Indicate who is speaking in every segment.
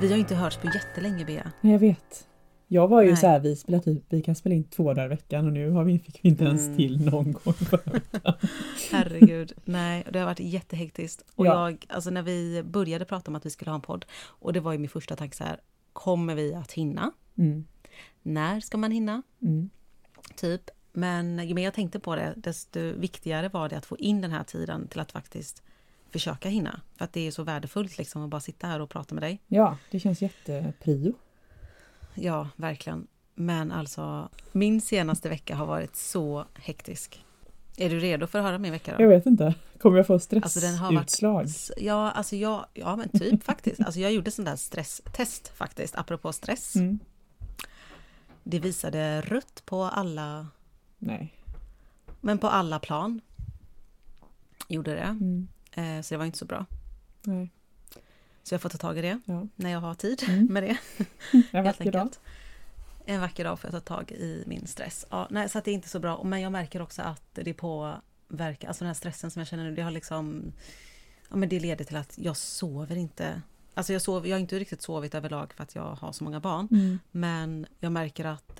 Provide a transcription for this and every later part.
Speaker 1: Vi har inte hörts på jättelänge, Bea.
Speaker 2: Nej, jag vet. Jag var ju
Speaker 1: Nej.
Speaker 2: så här, vi kan spela in 2 dagar i veckan och nu fick vi inte ens till någon gång.
Speaker 1: Herregud, nej, det har varit jättehektiskt. Och
Speaker 2: Ja.
Speaker 1: alltså när vi började prata om att vi skulle ha en podd, och det var ju min första tanke så här, kommer vi att hinna?
Speaker 2: Mm.
Speaker 1: När ska man hinna?
Speaker 2: Mm.
Speaker 1: Typ. Men ju mer jag tänkte på det, desto viktigare var det att få in den här tiden till att faktiskt försöka hinna. För att det är så värdefullt liksom att bara sitta här och prata med dig.
Speaker 2: Ja, det känns jätteprio.
Speaker 1: Ja, verkligen. Men alltså, min senaste vecka har varit så hektisk. Är du redo för att höra min vecka då?
Speaker 2: Jag vet inte. Kommer jag få stressutslag?
Speaker 1: Alltså den har varit, ja men typ faktiskt. Alltså jag gjorde sån där stresstest faktiskt, apropå stress.
Speaker 2: Mm.
Speaker 1: Det visade rött på alla,
Speaker 2: Nej.
Speaker 1: men på alla plan. Gjorde det.
Speaker 2: Mm.
Speaker 1: Så det var inte så bra.
Speaker 2: Nej.
Speaker 1: Så jag får ta tag i det när jag har tid med det.
Speaker 2: En vacker dag.
Speaker 1: En vacker dag får jag ta tag i min stress. Ja, nej, så att det är inte så bra. Men jag märker också att det påverkar, alltså den här stressen som jag känner nu, det har liksom, ja men det leder till att jag sover inte. Alltså jag har inte riktigt sovit överlag för att jag har så många barn.
Speaker 2: Mm.
Speaker 1: Men jag märker att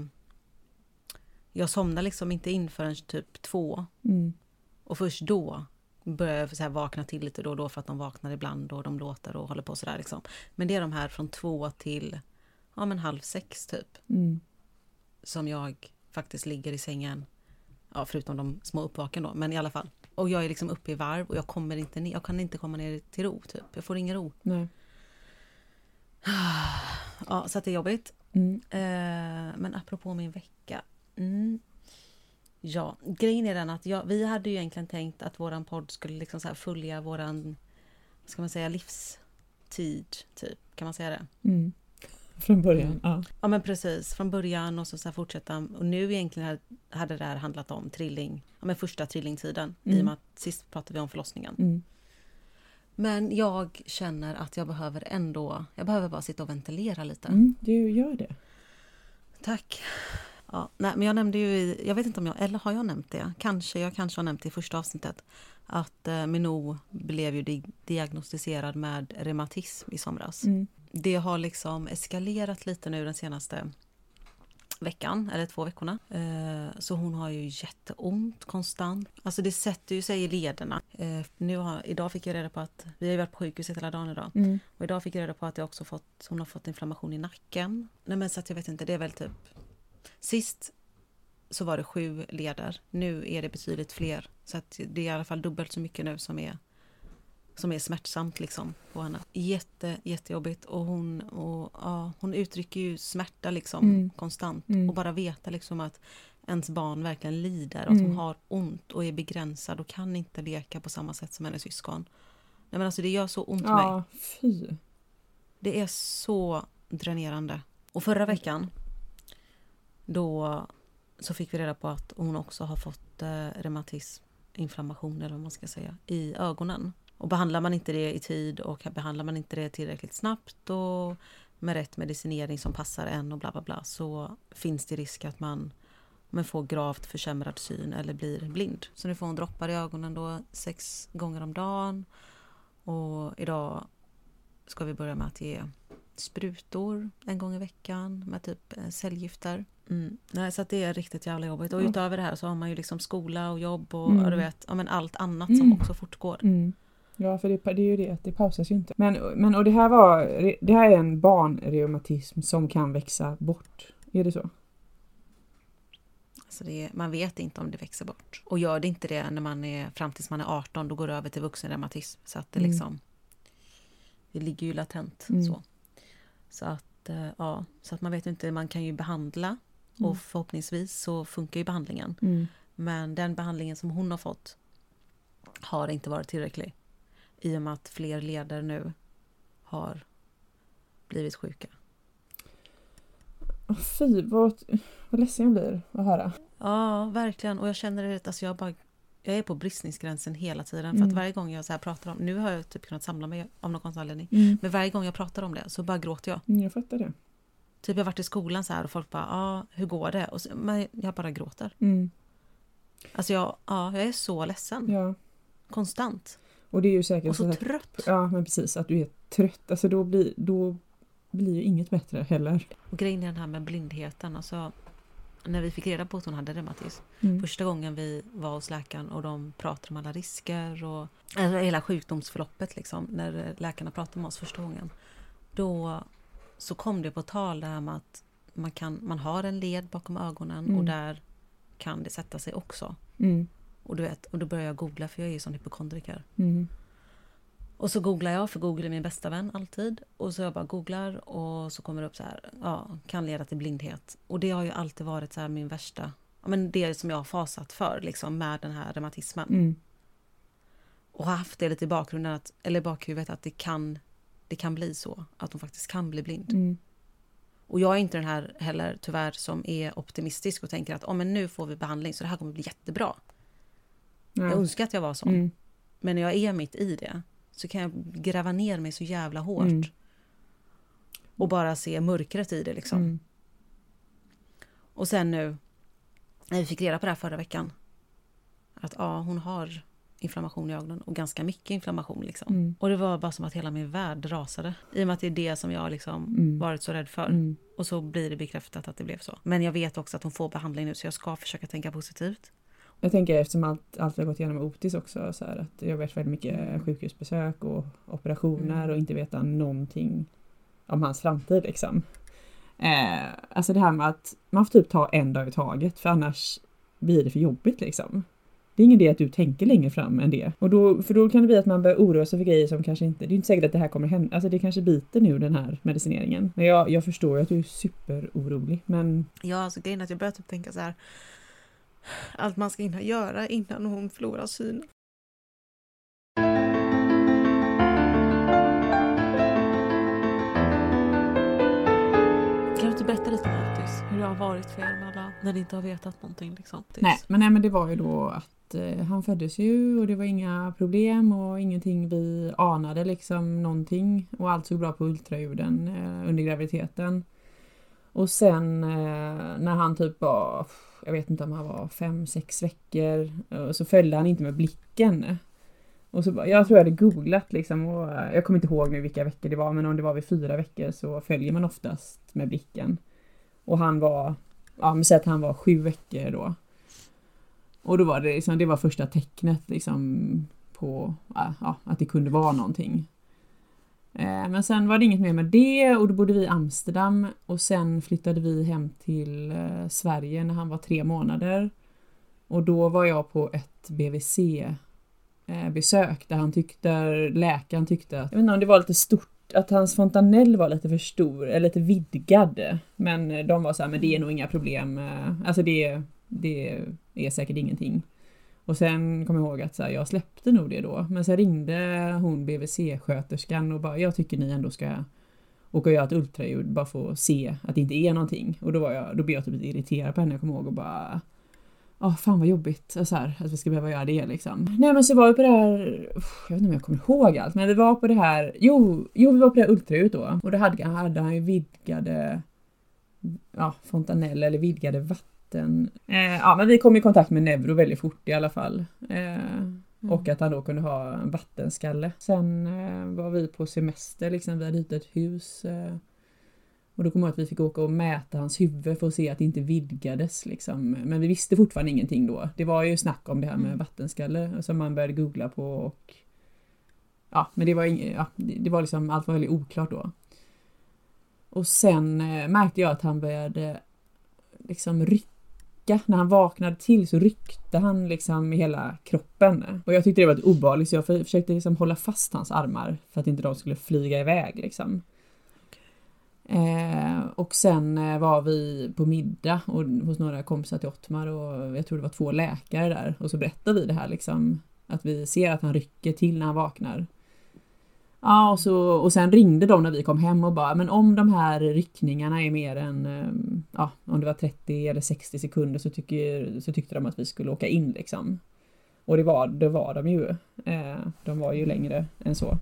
Speaker 1: jag somnar liksom inte in förrän typ 2.
Speaker 2: Mm. Och
Speaker 1: först då börjar jag så här vakna till lite då och då för att de vaknar ibland och de låter och håller på sådär liksom. Men det är de här från 2 till 5:30 typ.
Speaker 2: Mm.
Speaker 1: Som jag faktiskt ligger i sängen. Ja, förutom de små uppvaken då. Men i alla fall. Och jag är liksom uppe i varv och jag kan inte komma ner till ro typ. Jag får ingen ro.
Speaker 2: Nej.
Speaker 1: Ja, så att det är jobbigt.
Speaker 2: Mm.
Speaker 1: Men apropå min vecka. Ja, grejen är den att vi hade ju egentligen tänkt att våran podd skulle liksom så här följa våran, ska man säga, livstid typ. Kan man säga det?
Speaker 2: Mm. Från början, ja.
Speaker 1: Ja men precis, från början och så här fortsätta. Och nu egentligen hade det här handlat om första trillingtiden. I och med att sist pratade vi om förlossningen.
Speaker 2: Mm.
Speaker 1: Men jag känner att jag behöver bara sitta och ventilera lite.
Speaker 2: Du gör det.
Speaker 1: Tack. Ja, nej, men jag nämnde ju jag vet inte om eller har jag nämnt det? Jag kanske har nämnt det i första avsnittet. Att Minou blev ju diagnostiserad med reumatism i somras. Mm. Det har liksom eskalerat lite nu den senaste veckan, eller 2 veckorna. Så hon har ju jätteont konstant. Alltså det sätter ju sig i lederna. Idag fick jag reda på att vi har ju varit på sjukhuset hela dagen idag. Mm. Och idag fick jag reda på att hon har fått inflammation i nacken. Nej men så att jag vet inte, det är väl typ. Sist så var det 7 leder. Nu är det betydligt fler. Så att det är i alla fall dubbelt så mycket nu som är smärtsamt liksom på henne. Jättejobbigt. Och hon uttrycker ju smärta liksom konstant. Och bara veta liksom att ens barn verkligen lider. Att hon har ont och är begränsad och kan inte leka på samma sätt som hennes syskon. Nej men alltså det gör så ont mig.
Speaker 2: Ja, fy.
Speaker 1: Det är så dränerande. Och förra veckan då så fick vi reda på att hon också har fått reumatism, inflammation eller vad man ska säga, i ögonen. Och behandlar man inte det i tid och behandlar man inte det tillräckligt snabbt och med rätt medicinering som passar en och bla bla bla, så finns det risk att man får gravt försämrad syn eller blir blind. Så nu får hon droppar i ögonen då 6 gånger om dagen. Och idag ska vi börja med att ge sprutor 1 gång i veckan med typ cellgifter. Nej, så att det är riktigt jävla jobbigt. Och utöver det här så har man ju liksom skola och jobb och du vet, allt annat som också fortgår.
Speaker 2: Ja, för det är ju det, det pausas ju inte. Men och det här är en barnreumatism som kan växa bort. Är det så?
Speaker 1: Alltså man vet inte om det växer bort. Och gör det inte det när man är fram tills man är 18, då går det över till vuxenreumatism. Så att det liksom, det ligger ju latent så. Så att man vet inte, man kan ju behandla och förhoppningsvis så funkar ju behandlingen. Men den behandlingen som hon har fått har inte varit tillräcklig. I och med att fler leder nu har blivit sjuka.
Speaker 2: Fy, vad ledsen jag blir att höra.
Speaker 1: Ja, verkligen. Och jag känner det, alltså jag är på bristningsgränsen hela tiden. För att varje gång jag så här pratar om, nu har jag typ kunnat samla mig av någon konstig anledning. Men varje gång jag pratar om det så bara gråter jag.
Speaker 2: Jag fattar det.
Speaker 1: Typ jag har varit i skolan så här och folk bara, hur går det? Och så, men jag bara gråter. Alltså jag är så ledsen.
Speaker 2: Ja.
Speaker 1: Konstant.
Speaker 2: Och det är ju säkert
Speaker 1: och så trött.
Speaker 2: Ja, men precis, att du är trött. Alltså då blir ju inget bättre heller.
Speaker 1: Och grejen är den här med blindheten. Alltså, när vi fick reda på att hon hade reumatism. Första gången vi var hos läkaren och de pratade om alla risker och hela sjukdomsförloppet liksom. När läkarna pratade med oss första gången. Då så kom det på tal det här med att man har en led bakom ögonen och där kan det sätta sig också. Och du vet, och då började jag googla för jag är ju sån hypokondriker. Och så googlar jag, för Google är min bästa vän alltid. Och så jag bara googlar och så kommer det upp så här, kan leda till blindhet. Och det har ju alltid varit så här min värsta, men det som jag har fasat för liksom med den här reumatismen. Och har haft det lite i bakgrunden, eller i bakhuvudet att det kan bli så, att hon faktiskt kan bli blind. Och jag är inte den här heller tyvärr som är optimistisk och tänker att men nu får vi behandling så det här kommer bli jättebra. Jag önskar att jag var sån. Men när jag är mitt i det så kan jag gräva ner mig så jävla hårt. Och bara se mörkret i det liksom. Och sen nu, när vi fick reda på det här förra veckan. Att hon har inflammation i ögonen. Och ganska mycket inflammation liksom. Och det var bara som att hela min värld rasade. I och med att det är det som jag liksom varit så rädd för. Och så blir det bekräftat att det blev så. Men jag vet också att hon får behandling nu så jag ska försöka tänka positivt.
Speaker 2: Jag tänker eftersom allt har gått igenom Otis också så här, att jag vet väldigt mycket sjukhusbesök och operationer och inte veta någonting om hans framtid liksom. Alltså det här med att man får typ ta en dag i taget för annars blir det för jobbigt liksom. Det är ingen idé att du tänker längre fram än det. Och då kan det bli att man börjar oroa sig för grejer som kanske inte, det är inte säkert att det här kommer hända. Alltså det kanske biter nu den här medicineringen. Men jag förstår ju att du är superorolig. Men
Speaker 1: ja, alltså grejen är att jag börjar typ tänka så här. Allt man ska göra innan hon förlorar syn. Kan du inte berätta lite om Otis? Hur det har varit för er med alla när ni inte har vetat någonting liksom?
Speaker 2: Nej, men det var ju då att han föddes ju och det var inga problem och ingenting vi anade liksom någonting. Och allt såg bra på ultraljuden under graviditeten. Och sen när han typ var, jag vet inte om han var 5-6 veckor, så följde han inte med blicken. Och så, jag tror jag hade googlat liksom, och jag kommer inte ihåg nu vilka veckor det var, men om det var vid 4 veckor så följer man oftast med blicken. Och han var, men säg att han var 7 veckor då. Och då var det liksom, det var första tecknet liksom på att det kunde vara någonting. Men sen var det inget mer med det och då bodde vi i Amsterdam och sen flyttade vi hem till Sverige när han var 3 månader. Och då var jag på ett BVC-besök där läkaren tyckte att, jag vet inte om det var lite stort, att hans fontanell var lite för stor eller lite vidgad. Men de var så här, men det är nog inga problem, alltså det är säkert ingenting. Och sen kom jag ihåg att så här, jag släppte nog det då. Men sen ringde hon BVC-sköterskan och bara, jag tycker ni ändå ska åka och göra ett ultraljud bara för att se att det inte är någonting. Och då blev jag typ irriterad på henne, jag kommer ihåg och bara, fan vad jobbigt så här, att vi ska behöva göra det liksom. Nej men så var vi på det här, jag vet inte om jag kommer ihåg allt, men vi var på det här, jo vi var på det här ultraljudet då. Och då hade han ju vidgade fontanell eller vidgade vatten. Men vi kom i kontakt med neuro väldigt fort i alla fall. Och att han då kunde ha en vattenskalle. Sen var vi på semester liksom, vi hade hittat ett hus. Och då kom jag att vi fick åka och mäta hans huvud för att se att det inte vidgades liksom. Men vi visste fortfarande ingenting då. Det var ju snack om det här med vattenskalle som man började googla på och men det var det var liksom, allt var väldigt oklart då. Och sen märkte jag att han började liksom rycka. När han vaknade till så ryckte han liksom i hela kroppen. Och jag tyckte det var ett obehagligt så jag försökte liksom hålla fast hans armar för att inte de skulle flyga iväg liksom. Och sen var vi på middag och hos några kompisar till Ottmar och jag tror det var 2 läkare där. Och så berättade vi det här liksom, att vi ser att han rycker till när han vaknar. Ja, och sen ringde de när vi kom hem och bara, men om de här ryckningarna är mer än, om det var 30 eller 60 sekunder så tyckte de att vi skulle åka in liksom. Och det var de ju. De var ju längre än så.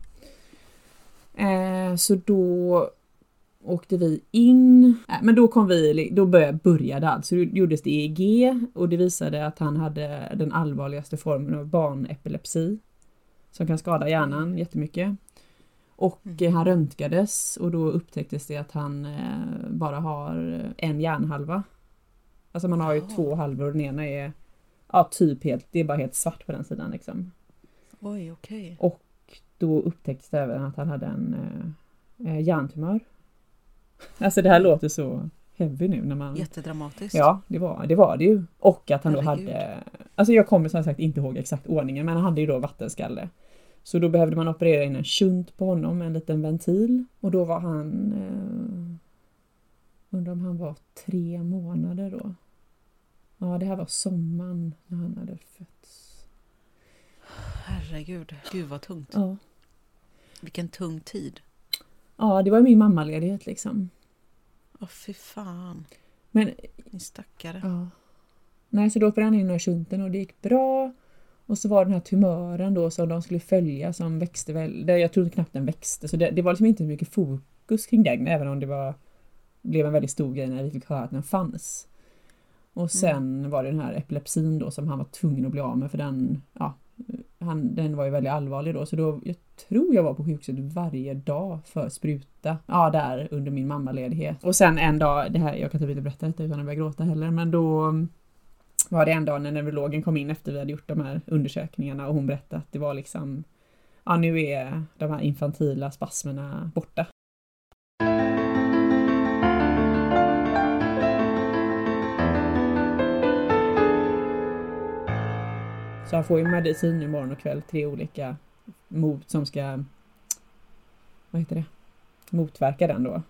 Speaker 2: Så då åkte vi in. Men då började allt. Så då gjordes det EEG och det visade att han hade den allvarligaste formen av barnepilepsi som kan skada hjärnan jättemycket. Och han röntgades och då upptäcktes det att han bara har en hjärnhalva. Alltså man har ju 2 halvor och den ena är typ helt, det är bara helt svart på den sidan liksom.
Speaker 1: Oj, okej.
Speaker 2: Och då upptäcktes det även att han hade en hjärntumör. Alltså det här låter så heavy nu när man...
Speaker 1: Jättedramatiskt.
Speaker 2: Ja, det var det ju. Och att han
Speaker 1: Herregud.
Speaker 2: då hade... Alltså jag kommer som sagt inte ihåg exakt ordningen, men han hade ju då vattenskalle. Så då behövde man operera in en shunt på honom, en liten ventil. Och då var han... undrar om han var 3 månader då. Ja, det här var sommaren när han hade fötts.
Speaker 1: Herregud. Gud vad tungt.
Speaker 2: Ja.
Speaker 1: Vilken tung tid.
Speaker 2: Ja, det var min mammaledighet liksom.
Speaker 1: Fy fan.
Speaker 2: Men
Speaker 1: Ni stackare.
Speaker 2: ja. Nej, så då opererade han in den här shunten och det gick bra. Och så var den här tumören då som de skulle följa som växte väl. Jag trodde knappt den växte. Så det var liksom inte mycket fokus kring den. Även om det blev en väldigt stor grej när vi fick höra att den fanns. Och sen var det den här epilepsin då som han var tvungen att bli av med. För den var ju väldigt allvarlig då. Så då, jag tror jag var på sjukhuset varje dag för spruta. Ja, där under min mammaledighet. Och sen en dag, det här, jag kan typ inte berätta detta utan att börja gråta heller. Men då var det en dag när neurologen kom in efter vi hade gjort de här undersökningarna. Och hon berättade att det var liksom, ja nu är de här infantila spasmerna borta. Så han får ju medicin imorgon och kväll, 3 olika som ska, motverka den då.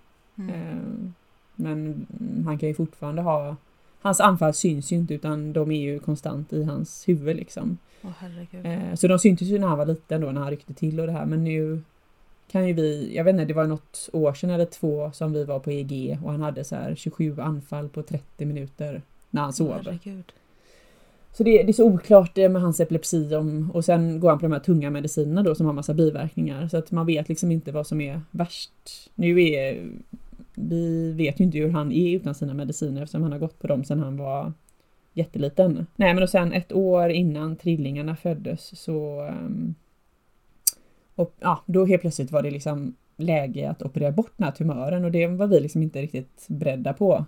Speaker 2: Men han kan ju fortfarande ha, hans anfall syns ju inte utan de är ju konstant i hans huvud liksom.
Speaker 1: Herregud.
Speaker 2: Så de syntes ju när han var liten då, när han ryckte till och det här. Men nu kan ju vi, jag vet inte, det var något år sedan eller 2 som vi var på EG och han hade så här 27 anfall på 30 minuter när han sov.
Speaker 1: Herregud.
Speaker 2: Så det är så oklart med hans epilepsi och sen går han på de här tunga medicinerna då som har massa biverkningar. Så att man vet liksom inte vad som är värst. Vi vet ju inte hur han är utan sina mediciner eftersom han har gått på dem sedan han var jätteliten. Nej, men och sen 1 år innan trillingarna föddes så... då helt plötsligt var det liksom läge att operera bort den här tumören och det var vi liksom inte riktigt beredda på.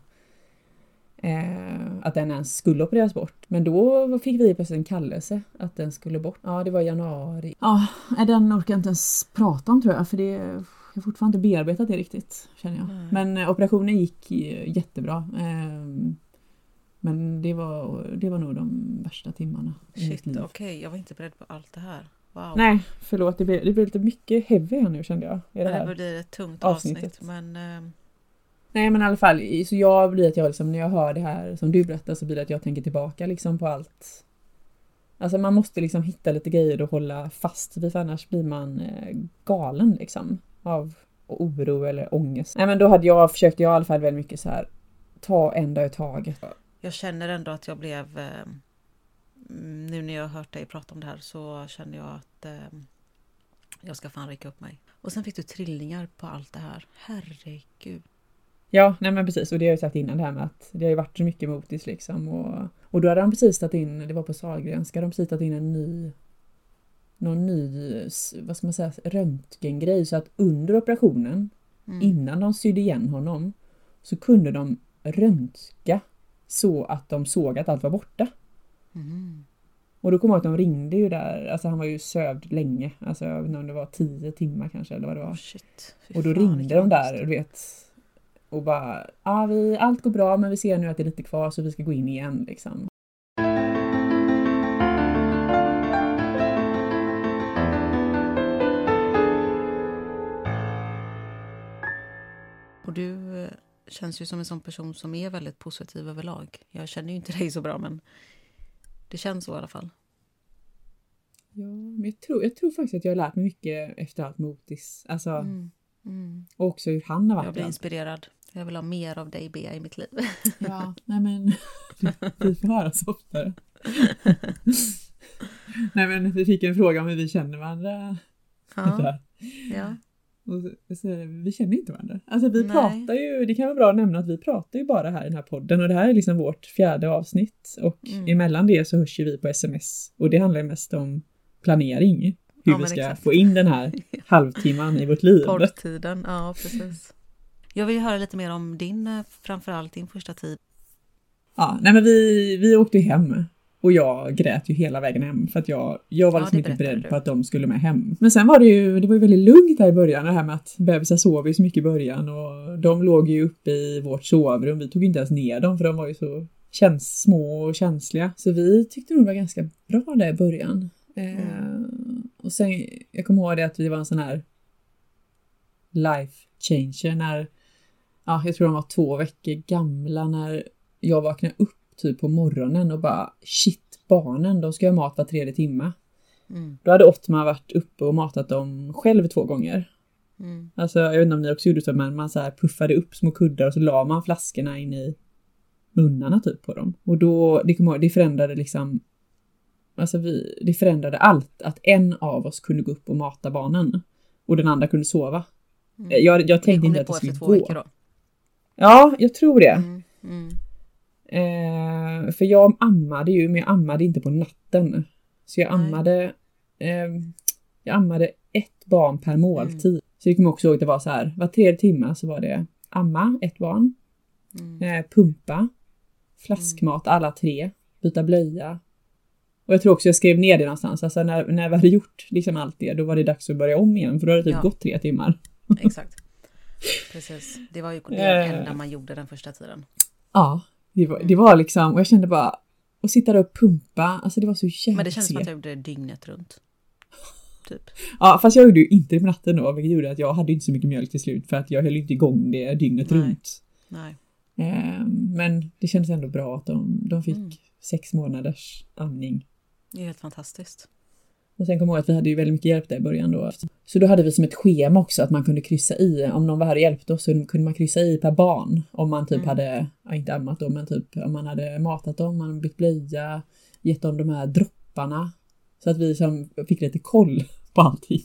Speaker 2: Att den ens skulle opereras bort. Men då fick vi plötsligt en kallelse att den skulle bort. Ja, det var i januari. Ja, den orkar jag inte ens prata om tror jag. För jag har fortfarande inte bearbetat det riktigt, känner jag. Nej. Men operationen gick jättebra. Men det var nog de värsta timmarna.
Speaker 1: Shit, okej. Jag var inte beredd på allt det här. Wow.
Speaker 2: Nej, förlåt. Det blir lite mycket heavy här nu kände jag.
Speaker 1: Det blir ett tungt avsnitt. Men...
Speaker 2: Nej, men i alla fall, så jag blir att jag liksom, när jag hör det här som du berättar så blir det att jag tänker tillbaka liksom på allt. Alltså man måste liksom hitta lite grejer och hålla fast vid för annars blir man galen liksom av oro eller ångest. Nej, men då försökte jag i alla fall väldigt mycket så här ta en dag i taget.
Speaker 1: Jag känner ändå att jag blev nu när jag har hört dig prata om det här så känner jag att jag ska fan räcka upp mig. Och sen fick du trillingar på allt det här. Herregud.
Speaker 2: Ja, nej men precis. Och det har jag sagt innan det här med att det har ju varit så mycket motis liksom. Och då hade de precis tagit in, det var på Sahlgrenska, de precis tagit in någon ny, vad ska man säga, röntgengrej. Så att under operationen, innan de sydde igen honom, så kunde de röntga så att de såg att allt var borta. Och då kom jag att de ringde ju där, alltså han var ju sövd länge. Alltså jag vet inte om det var 10 timmar kanske eller vad det var.
Speaker 1: Shit.
Speaker 2: Och då ringde de där, du vet. Och bara, allt går bra men vi ser nu att det är lite kvar så vi ska gå in igen liksom.
Speaker 1: Och du känns ju som en sån person som är väldigt positiv överlag. Jag känner ju inte dig så bra men det känns så i alla fall.
Speaker 2: Ja, men jag tror faktiskt att jag har lärt mig mycket efter allt motis. Alltså, och också hur han har varit.
Speaker 1: Jag blir inspirerad. Jag vill ha mer av dig, Bea, i mitt liv.
Speaker 2: Ja, nej men vi får höra så oftare. Nej men vi fick en fråga om hur vi känner varandra.
Speaker 1: Ja.
Speaker 2: Och så, vi känner inte varandra. Alltså vi pratar ju, det kan vara bra att nämna att vi pratar ju bara här i den här podden. Och det här är liksom vårt 4:e avsnitt. Och emellan det så hörs ju vi på sms. Och det handlar ju mest om planering. hur
Speaker 1: Ja,
Speaker 2: vi
Speaker 1: men
Speaker 2: ska
Speaker 1: exakt.
Speaker 2: få in den här halvtimman i vårt liv.
Speaker 1: Poddtiden, ja precis. Jag vill höra lite mer om framförallt din första tid.
Speaker 2: Ja, nej men vi åkte hem. Och jag grät ju hela vägen hem för att jag var liksom inte beredd på att de skulle med hem. Men sen var det var ju väldigt lugnt där i början, det här med att bebisar sov ju så mycket i början och de låg ju uppe i vårt sovrum. Vi tog inte ens ner dem för de var ju så små och känsliga. Så vi tyckte nog det var ganska bra där i början. Och sen, jag kommer ihåg det att vi var en sån här life changer när, jag tror de var 2 veckor gamla när jag vaknade upp typ på morgonen och bara shit, barnen, de ska ha mat var 3:e timme. Då hade Ottmar varit uppe och matat dem själv 2 gånger. Alltså jag vet inte om ni också gjorde så, men man så här puffade upp små kuddar och så la man flaskorna in i munnarna typ på dem. Och då, det förändrade liksom, alltså det förändrade allt att en av oss kunde gå upp och mata barnen och den andra kunde sova. Jag tänkte inte att det skulle gå.
Speaker 1: 2 veckor då?
Speaker 2: Ja, jag tror det. För jag ammade ju, men jag ammade inte på natten. Så jag ammade 1 barn per måltid. Så jag kommer också ihåg att det var så här, var 3:e timme så var det amma 1 barn, pumpa, flaskmat alla 3, byta blöja. Och jag tror också jag skrev ner det någonstans. Alltså när vi hade gjort liksom allt det, då var det dags att börja om igen. För då hade det typ gått 3 timmar.
Speaker 1: Exakt. Precis. Det var ju det enda man gjorde den första tiden.
Speaker 2: Ja, det var liksom, och jag kände bara, att sitta där och pumpa, alltså det var så jävla.
Speaker 1: Men det känns som att jag gjorde det dygnet runt. Typ.
Speaker 2: Ja, fast jag gjorde ju inte det på natten då, vilket gjorde att jag hade inte så mycket mjölk till slut, för att jag höll inte igång det dygnet runt.
Speaker 1: Nej.
Speaker 2: Men det kändes ändå bra att de fick 6 månaders amning.
Speaker 1: Det är helt fantastiskt.
Speaker 2: Och sen kom jag ihåg att vi hade ju väldigt mycket hjälp där i början då. Så då hade vi som ett schema också att man kunde kryssa i. Om någon hade hjälpt oss så kunde man kryssa i per barn. Om man typ hade, inte ammat dem, men typ om man hade matat dem, man hade bytt blöja, gett dem de här dropparna. Så att vi som fick lite koll på allting.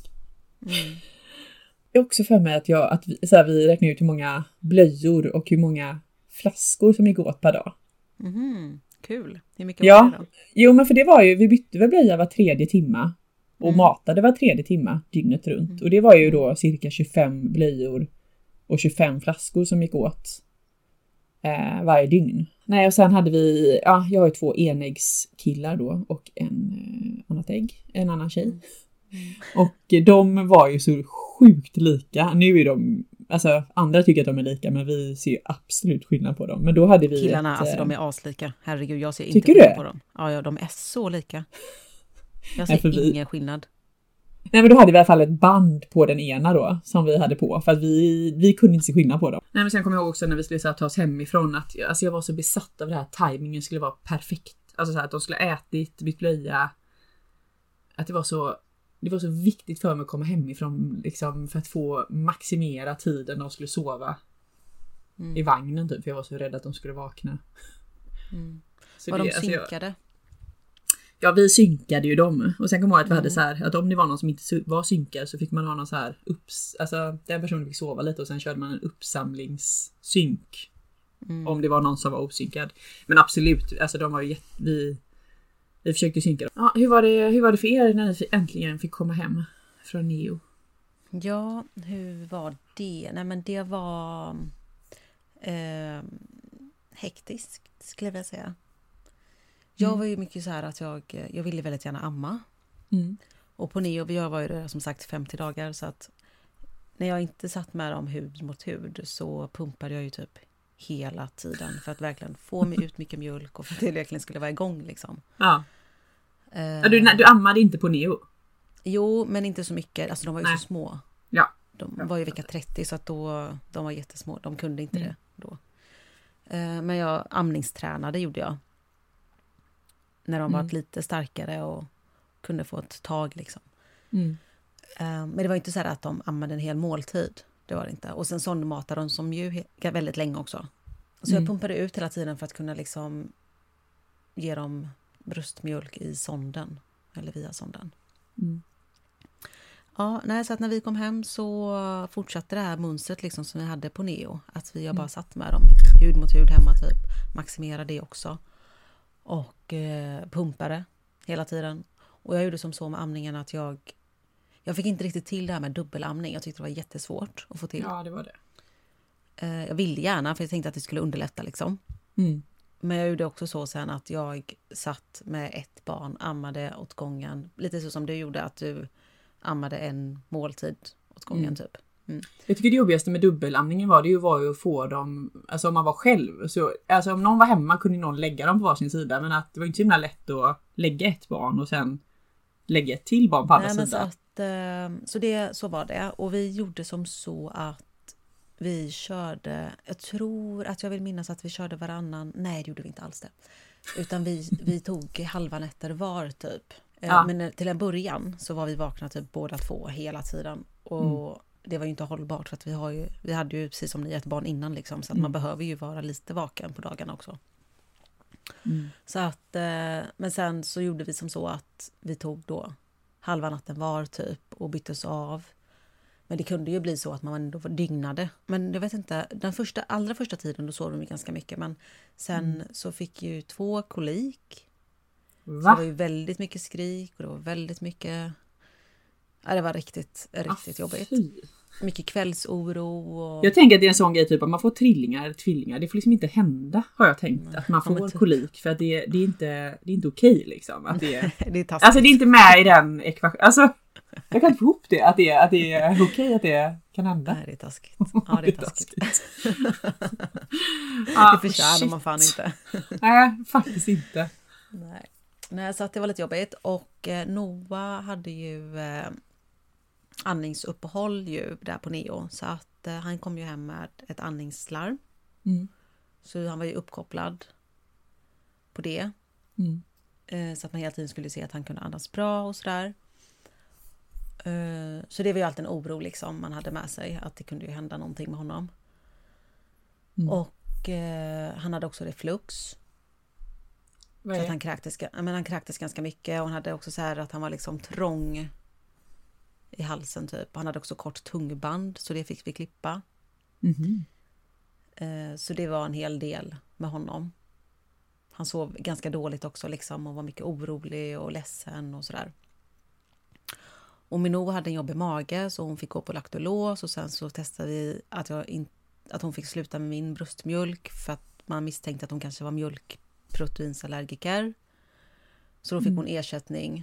Speaker 2: Jag också för mig att vi räknade ut hur många blöjor och hur många flaskor som gick åt per dag.
Speaker 1: Kul. Hur mycket var det då?
Speaker 2: Jo, men för det var ju, vi bytte väl blöja var 3:e timma och matade var 3:e timma dygnet runt. Och det var ju då cirka 25 blöjor och 25 flaskor som gick åt varje dygn. Nej, och sen hade vi, jag har ju 2 enäggskillar då och en annan tjej. Och de var ju så sjukt lika. Nu är de, alltså andra tycker att de är lika, men vi ser ju absolut skillnad på dem. Men då hade vi
Speaker 1: killarna, alltså de är aslika. Herregud, jag ser
Speaker 2: inte
Speaker 1: skillnad på dem. Ja, de är så lika. Jag ser ingen skillnad.
Speaker 2: Nej, men då hade vi i alla fall ett band på den ena då, som vi hade på, för att vi kunde inte se skillnad på dem. Nej, men sen kommer jag ihåg också när vi skulle ta oss hemifrån att alltså, jag var så besatt av det här, tajmingen skulle vara perfekt. Alltså så här, att de skulle ätit, bytt blöja. Att det var så viktigt för mig att komma hemifrån liksom, för att få maximera tiden de skulle sova i vagnen typ, för jag var så rädd att de skulle vakna. Så
Speaker 1: var de synkade?
Speaker 2: Ja, vi synkade ju dem. Och sen kom jag ihåg att vi hade så här, att om det var någon som inte var synkad så fick man ha någon så här alltså den personen fick sova lite och sen körde man en uppsamlingssynk. Om det var någon som var osynkad. Men absolut, alltså de var ju vi försökte synka dem. Ja, hur var det för er när ni äntligen fick komma hem från Neo?
Speaker 1: Ja, hur var det? Nej, men det var hektiskt skulle jag vilja säga. Jag var ju mycket så här att jag ville väldigt gärna amma. Och på Neo, jag var ju det som sagt 50 dagar, så att när jag inte satt med dem hud mot hud så pumpade jag ju typ hela tiden för att verkligen få mig ut mycket mjölk och för att det verkligen skulle vara igång liksom.
Speaker 2: Ja. Du ammade inte på Neo?
Speaker 1: Jo, men inte så mycket. Alltså de var ju så små.
Speaker 2: Ja.
Speaker 1: De var ju vecka 30 så att då de var jättesmå. De kunde inte det då. Men jag amningstränade gjorde jag. När de var lite starkare och kunde få ett tag liksom. Men det var inte så här att de ammade en hel måltid. Det var det inte. Och sen sondmatade de som ju väldigt länge också. Så jag pumpade ut hela tiden för att kunna liksom ge dem bröstmjölk i sonden. Eller via sonden. Ja, nej, så att när vi kom hem så fortsatte det här mönstret liksom som vi hade på Neo. Att jag bara satt med dem hud mot hud hemma typ. Maximerade det också. Och pumpade hela tiden. Och jag gjorde som så med amningen att jag Jag fick inte riktigt till det här med dubbelamning. Jag tyckte det var jättesvårt att få till.
Speaker 2: Ja, det var det.
Speaker 1: Jag ville gärna för jag tänkte att det skulle underlätta liksom.
Speaker 2: Mm.
Speaker 1: Men jag gjorde också så sen att jag satt med ett barn, ammade åt gången. Lite så som du gjorde, att du ammade en måltid åt gången typ. Mm.
Speaker 2: Jag tycker det jobbigaste med dubbelamningen var ju att få dem, alltså om man var själv. Så, alltså om någon var hemma kunde någon lägga dem på varsin sida. Men att det var inte så himla lätt att lägga ett barn och sen lägga ett till barn på andra sidan.
Speaker 1: Så var det. Och vi gjorde som så att vi körde, jag tror att jag vill minnas att vi körde varannan, nej det gjorde vi inte alls det. Utan vi tog halva nätter var typ.
Speaker 2: Ja.
Speaker 1: Men till en början så var vi vakna typ båda två hela tiden. Och det var ju inte hållbart för att vi hade ju precis som ni ett barn innan liksom. Så att man behöver ju vara lite vaken på dagarna också. Så att, men sen så gjorde vi som så att vi tog då halva natten var typ och byttes av. Men det kunde ju bli så att man ändå dygnade. Men jag vet inte, allra första tiden då sov de ganska mycket. Men sen så fick ju 2 kolik. Så det var ju väldigt mycket skrik och det var väldigt mycket... Ja, det var riktigt jobbigt.
Speaker 2: Fy.
Speaker 1: Mycket kvällsoro. Och...
Speaker 2: Jag tänker att det är en sån grej typ att man får trillingar eller tvillingar. Det får liksom inte hända, har jag tänkt. Att man får kolik. För att det är inte okej liksom. Att det är,
Speaker 1: det är taskigt.
Speaker 2: alltså det är inte med i den ekvationen. Alltså, jag kan inte få ihop det. Att det är okej att det kan hända.
Speaker 1: Nej, det är taskigt. Ja, det är taskigt. Det förtjänar man fan inte.
Speaker 2: Nej, faktiskt inte.
Speaker 1: Nej, så att det var lite jobbigt. Och Noah hade ju andningsuppehåll ju där på Neo. Så att han kom ju hem med ett andningslarm. Så han var ju uppkopplad på det. Så att man hela tiden skulle se att han kunde andas bra och sådär. Så det var ju alltid en oro liksom man hade med sig. Att det kunde ju hända någonting med honom. Och han hade också reflux. Så att han kräktes ganska mycket. Och han hade också så här att han var liksom trång i halsen typ. Han hade också kort tungband. Så det fick vi klippa. Så det var en hel del med honom. Han sov ganska dåligt också liksom. Och var mycket orolig och ledsen och sådär. Och Minou hade en jobbig mage. Så hon fick gå på Lactulose. Och sen så testade vi att hon fick sluta med min bröstmjölk. För att man misstänkte att hon kanske var mjölkproteinsallergiker. Så då fick hon ersättning.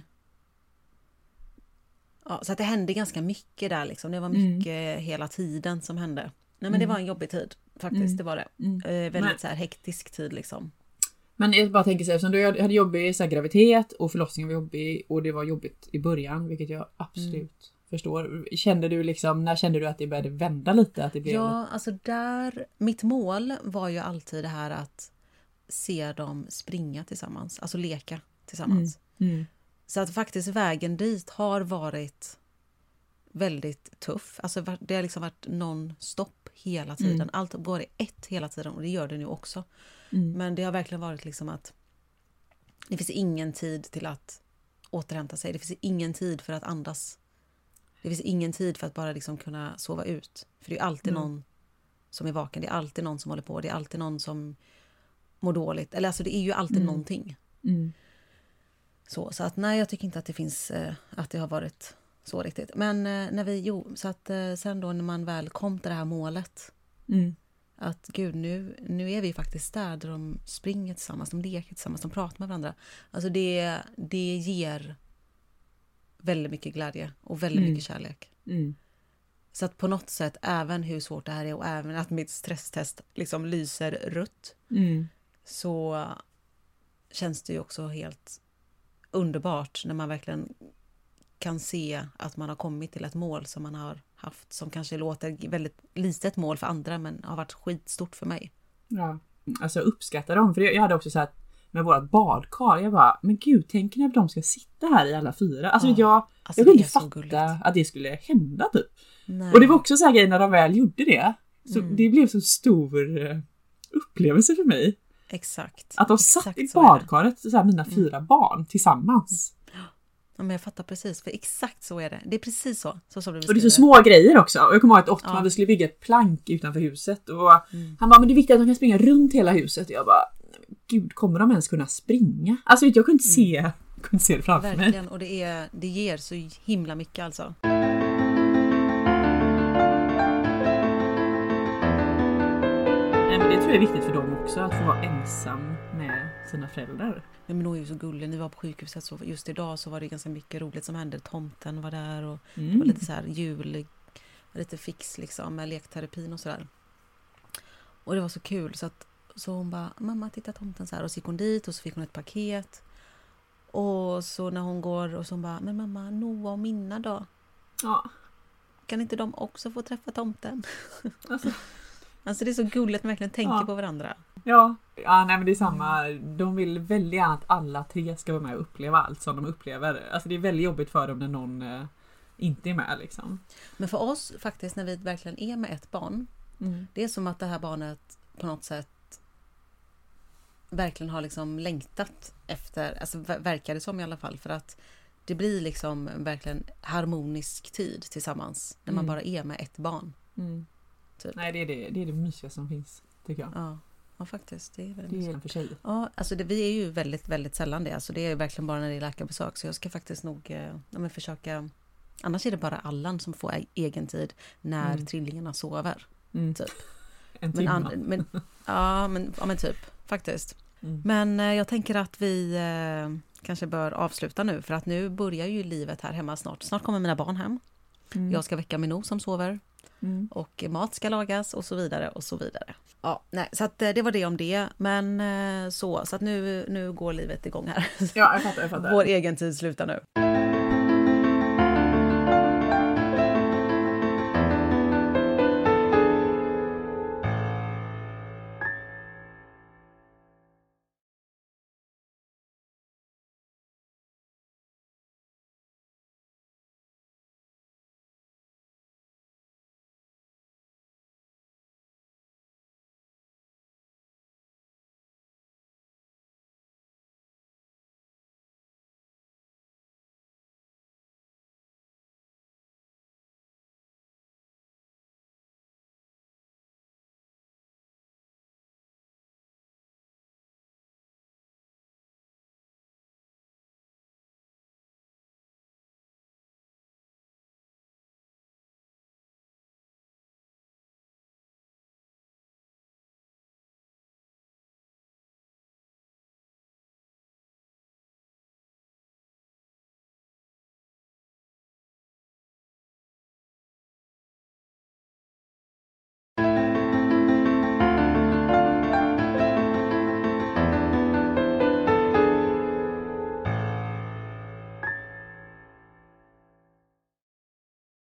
Speaker 1: Ja, så att det hände ganska mycket där liksom. Det var mycket hela tiden som hände. Nej men det var en jobbig tid faktiskt, det var det. Väldigt så här hektisk tid liksom.
Speaker 2: Men jag bara tänker så här, eftersom du hade jobbig så här, graviditet och förlossningen var jobbig och det var jobbigt i början, vilket jag absolut förstår. Kände du liksom, när kände du att det började vända lite? Att det blev...
Speaker 1: Ja, alltså mitt mål var ju alltid det här att se dem springa tillsammans, alltså leka tillsammans. Så att faktiskt vägen dit har varit väldigt tuff. Alltså det har liksom varit non-stop hela tiden. Allt går i ett hela tiden och det gör det nu också. Men det har verkligen varit liksom att det finns ingen tid till att återhämta sig. Det finns ingen tid för att andas. Det finns ingen tid för att bara liksom kunna sova ut. För det är alltid någon som är vaken. Det är alltid någon som håller på. Det är alltid någon som mår dåligt. Eller alltså det är ju alltid någonting. Så att nej, jag tycker inte att det finns att det har varit så riktigt. Men så att sen då när man väl kom till det här målet att gud, nu är vi faktiskt där de springer tillsammans, de leker tillsammans, de pratar med varandra. Alltså det ger väldigt mycket glädje och väldigt mycket kärlek. Så att på något sätt, även hur svårt det här är och även att mitt stresstest liksom lyser rött så känns det ju också helt underbart när man verkligen kan se att man har kommit till ett mål som man har haft, som kanske låter väldigt litet mål för andra men har varit skitstort för mig.
Speaker 2: Ja, alltså uppskattar dem, för jag hade också så här med vårat badkar, jag bara, men gud, tänker ni att de ska sitta här i alla 4? Alltså jag kunde inte fatta att det skulle hända typ. Nej. Och det var också så här grejer när de väl gjorde det, så det blev så stor upplevelse för mig.
Speaker 1: Exakt.
Speaker 2: Att de satt i badkaret, så här, mina 4 barn tillsammans.
Speaker 1: Ja, men jag fattar precis, för exakt så är det. Det är precis så som du beskriver.
Speaker 2: Och det är så små grejer också. Och jag kommer ihåg att Ottman, vi skulle bygga ett plank utanför huset. Och han bara, men det är viktigt att de kan springa runt hela huset. Och jag bara, gud, kommer de ens kunna springa? Alltså jag kunde inte se kunde se det framför mig.
Speaker 1: Verkligen, och det ger så himla mycket alltså.
Speaker 2: Nej, men det tror jag är viktigt för dem också, att få vara ensam med sina föräldrar.
Speaker 1: Men Noah är ju så gullig. Ni var på sjukhuset, så just idag så var det ganska mycket roligt som hände. Tomten var där och det var lite så här lite fix liksom med lekterapin och sådär. Och det var så kul så hon bara, mamma titta tomten så här, och så gick hon dit och så fick hon ett paket. Och så när hon går och så hon bara, men mamma, Noah och Minna då?
Speaker 2: Ja.
Speaker 1: Kan inte de också få träffa tomten? Alltså det är så gulligt att man verkligen tänker på varandra.
Speaker 2: Ja, nej men det är samma. De vill väldigt gärna att alla tre ska vara med och uppleva allt som de upplever. Alltså det är väldigt jobbigt för dem när någon inte är med liksom.
Speaker 1: Men för oss faktiskt, när vi verkligen är med ett barn, det är som att det här barnet på något sätt verkligen har liksom längtat efter, alltså verkar det som i alla fall, för att det blir liksom verkligen harmonisk tid tillsammans när man bara är med ett barn. Typ.
Speaker 2: Nej, det är det mysiga som finns, tycker jag.
Speaker 1: Ja faktiskt. Det är
Speaker 2: det är en för sig.
Speaker 1: Ja, alltså vi är ju väldigt, väldigt sällan det. Alltså det är verkligen bara när det är läkarbesök. Så jag ska faktiskt nog försöka. Annars är det bara Allan som får egen tid när trillingarna sover. Typ.
Speaker 2: En timme.
Speaker 1: Men typ, faktiskt. Men jag tänker att vi kanske bör avsluta nu. För att nu börjar ju livet här hemma snart. Snart kommer mina barn hem. Jag ska väcka Minou som sover. Och mat ska lagas och så vidare och så vidare. Ja, nej, så att det var det om det. Men så att nu går livet igång här.
Speaker 2: Ja, jag fattar.
Speaker 1: Vår egen tid slutar nu.